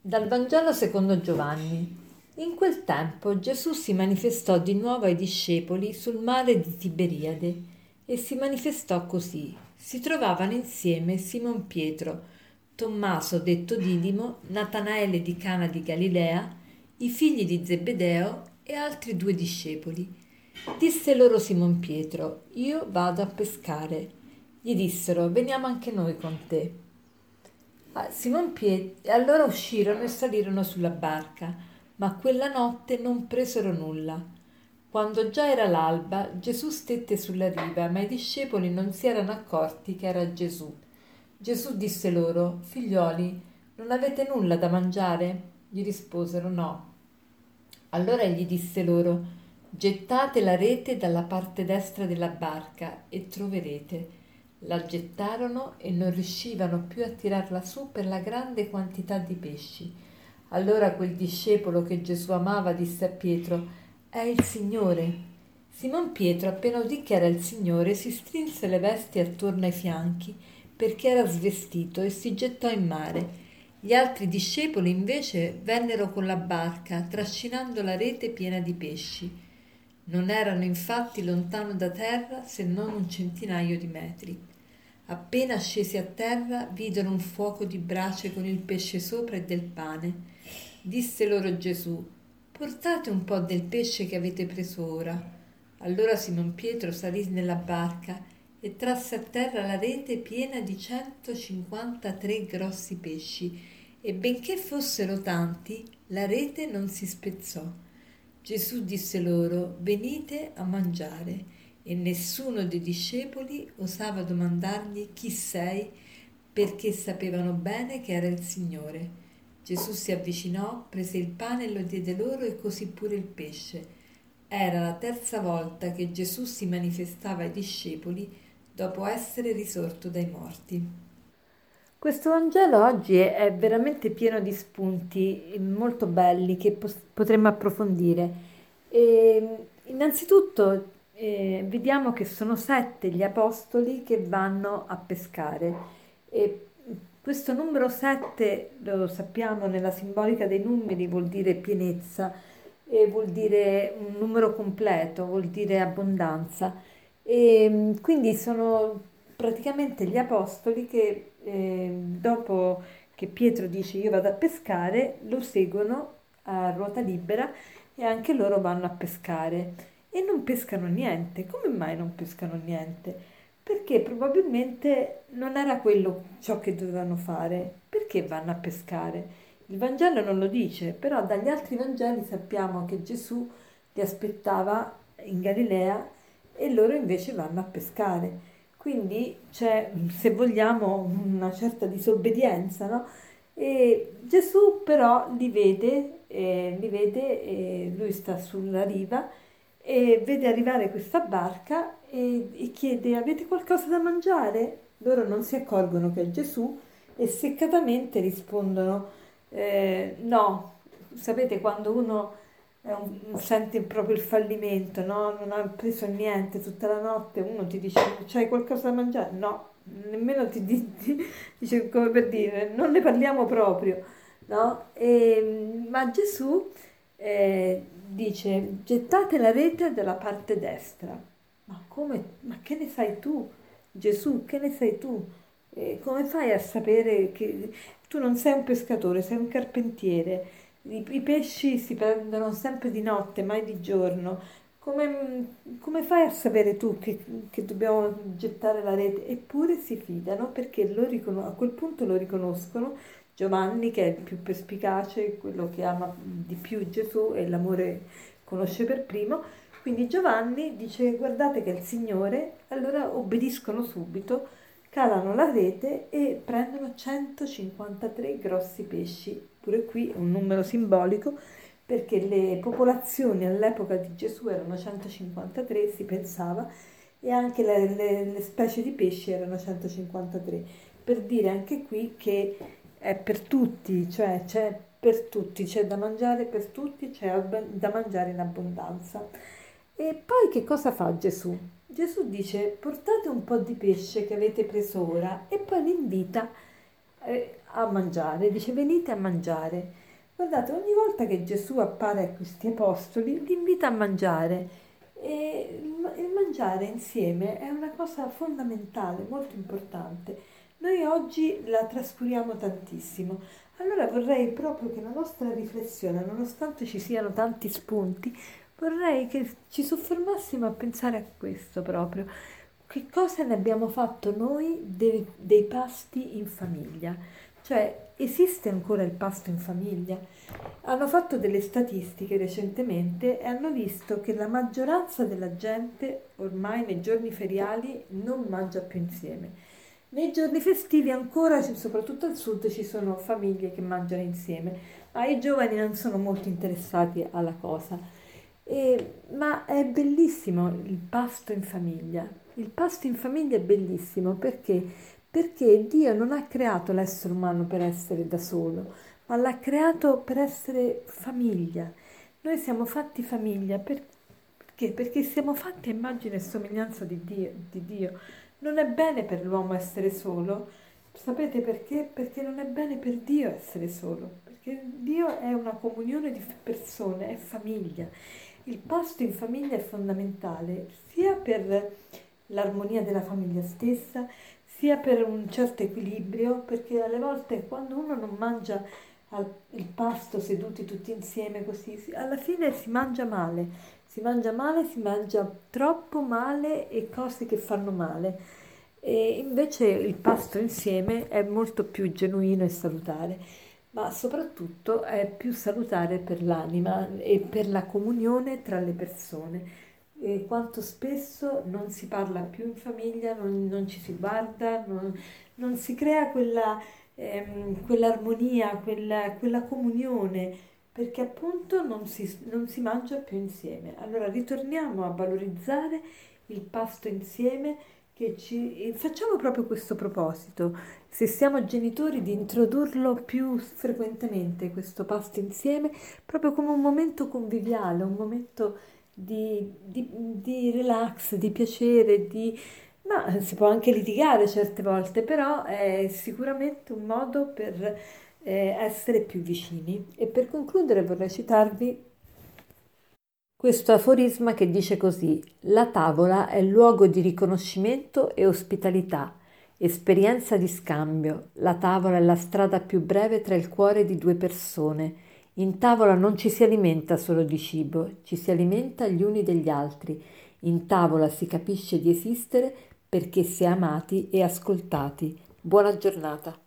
Dal Vangelo secondo Giovanni. In quel tempo Gesù si manifestò di nuovo ai discepoli sul mare di Tiberiade e si manifestò così. Si trovavano insieme Simon Pietro, Tommaso detto Didimo, Natanaele di Cana di Galilea, i figli di Zebedeo e altri due discepoli. Disse loro Simon Pietro: Io vado a pescare. Gli dissero: Veniamo anche noi con te. E allora uscirono e salirono sulla barca, ma quella notte non presero nulla. Quando già era l'alba, Gesù stette sulla riva, ma i discepoli non si erano accorti che era Gesù. Gesù disse loro: Figlioli, non avete nulla da mangiare? Gli risposero: No. Allora egli disse loro: Gettate la rete dalla parte destra della barca e troverete. La gettarono e non riuscivano più a tirarla su per la grande quantità di pesci. Allora quel discepolo che Gesù amava disse a Pietro: È il Signore. Simon Pietro, appena udì che era il Signore, si strinse le vesti attorno ai fianchi perché era svestito e si gettò in mare. Gli altri discepoli invece vennero con la barca, trascinando la rete piena di pesci. Non erano infatti lontano da terra se non un centinaio di metri. Appena scesi a terra, videro un fuoco di brace con il pesce sopra e del pane. Disse loro Gesù: Portate un po' del pesce che avete preso ora. Allora Simon Pietro salì nella barca e trasse a terra la rete piena di 153 grossi pesci, e benché fossero tanti, la rete non si spezzò. Gesù disse loro: Venite a mangiare. E nessuno dei discepoli osava domandargli: Chi sei? Perché sapevano bene che era il Signore. Gesù si avvicinò, prese il pane e lo diede loro, e così pure il pesce. Era la terza volta che Gesù si manifestava ai discepoli dopo essere risorto dai morti. Questo Vangelo oggi è veramente pieno di spunti molto belli che potremmo approfondire. Innanzitutto vediamo che sono 7 gli apostoli che vanno a pescare. E questo numero 7, lo sappiamo, nella simbolica dei numeri vuol dire pienezza, e vuol dire un numero completo, vuol dire abbondanza. Quindi sono praticamente gli apostoli che dopo che Pietro dice io vado a pescare, lo seguono a ruota libera e anche loro vanno a pescare e non pescano niente. Come mai non pescano niente? Perché probabilmente non era quello ciò che dovevano fare. Perché vanno a pescare? Il Vangelo non lo dice, però dagli altri Vangeli sappiamo che Gesù li aspettava in Galilea e loro invece vanno a pescare. Quindi c'è, se vogliamo, una certa disobbedienza, no? E Gesù però li vede, lui sta sulla riva e vede arrivare questa barca e chiede: Avete qualcosa da mangiare? Loro non si accorgono che è Gesù e seccatamente rispondono: No. Sapete quando uno sente proprio il fallimento, no? Non ha preso niente tutta la notte, uno ti dice: C'hai qualcosa da mangiare? No, nemmeno dice, come per dire, non ne parliamo proprio, no? Ma Gesù dice: Gettate la rete dalla parte destra. Ma come? Ma che ne sai tu? Gesù, che ne sai tu? Come fai a sapere che tu non sei un pescatore, sei un carpentiere? I pesci si prendono sempre di notte, mai di giorno. Come fai a sapere tu che dobbiamo gettare la rete? Eppure si fidano perché a quel punto lo riconoscono. Giovanni, che è il più perspicace, quello che ama di più Gesù e l'amore conosce per primo. Quindi Giovanni dice: Guardate che è il Signore, allora obbediscono subito, calano la rete e prendono 153 grossi pesci. Pure qui è un numero simbolico perché le popolazioni all'epoca di Gesù erano 153, si pensava, e anche le specie di pesci erano 153. Per dire anche qui che è per tutti, cioè c'è per tutti, c'è da mangiare per tutti, da mangiare in abbondanza. E poi che cosa fa Gesù? Gesù dice: Portate un po' di pesce che avete preso ora, e poi li invita a mangiare, dice venite a mangiare. Guardate, ogni volta che Gesù appare a questi apostoli, li invita a mangiare e il mangiare insieme è una cosa fondamentale, molto importante. Noi oggi la trascuriamo tantissimo. Allora vorrei proprio che la nostra riflessione, nonostante ci siano tanti spunti, vorrei che ci soffermassimo a pensare a questo proprio. Che cosa ne abbiamo fatto noi dei pasti in famiglia? Cioè, esiste ancora il pasto in famiglia? Hanno fatto delle statistiche recentemente e hanno visto che la maggioranza della gente ormai nei giorni feriali non mangia più insieme. Nei giorni festivi ancora, soprattutto al sud, ci sono famiglie che mangiano insieme, ma i giovani non sono molto interessati alla cosa. Ma è bellissimo il pasto in famiglia. Il pasto in famiglia è bellissimo perché Dio non ha creato l'essere umano per essere da solo, ma l'ha creato per essere famiglia. Noi siamo fatti famiglia perché? Perché siamo fatti a immagine e somiglianza di Dio. Non è bene per l'uomo essere solo. Sapete perché? Perché non è bene per Dio essere solo, perché Dio è una comunione di persone, è famiglia. Il pasto in famiglia è fondamentale sia per l'armonia della famiglia stessa, sia per un certo equilibrio, perché alle volte quando uno non mangia il pasto seduti tutti insieme così, alla fine si mangia male, si mangia troppo male e cose che fanno male. E invece il pasto insieme è molto più genuino e salutare, ma soprattutto è più salutare per l'anima e per la comunione tra le persone. E quanto spesso non si parla più in famiglia, non ci si guarda, non si crea quell'armonia, quella comunione, perché appunto non si mangia più insieme. Allora ritorniamo a valorizzare il pasto insieme facciamo proprio questo proposito, se siamo genitori, di introdurlo più frequentemente questo pasto insieme, proprio come un momento conviviale, un momento di relax, di piacere, ma si può anche litigare certe volte, però è sicuramente un modo per essere più vicini. E per concludere vorrei citarvi questo aforisma che dice così: la tavola è luogo di riconoscimento e ospitalità, esperienza di scambio. La tavola è la strada più breve tra il cuore di due persone. In tavola non ci si alimenta solo di cibo, ci si alimenta gli uni degli altri. In tavola si capisce di esistere perché si è amati e ascoltati. Buona giornata.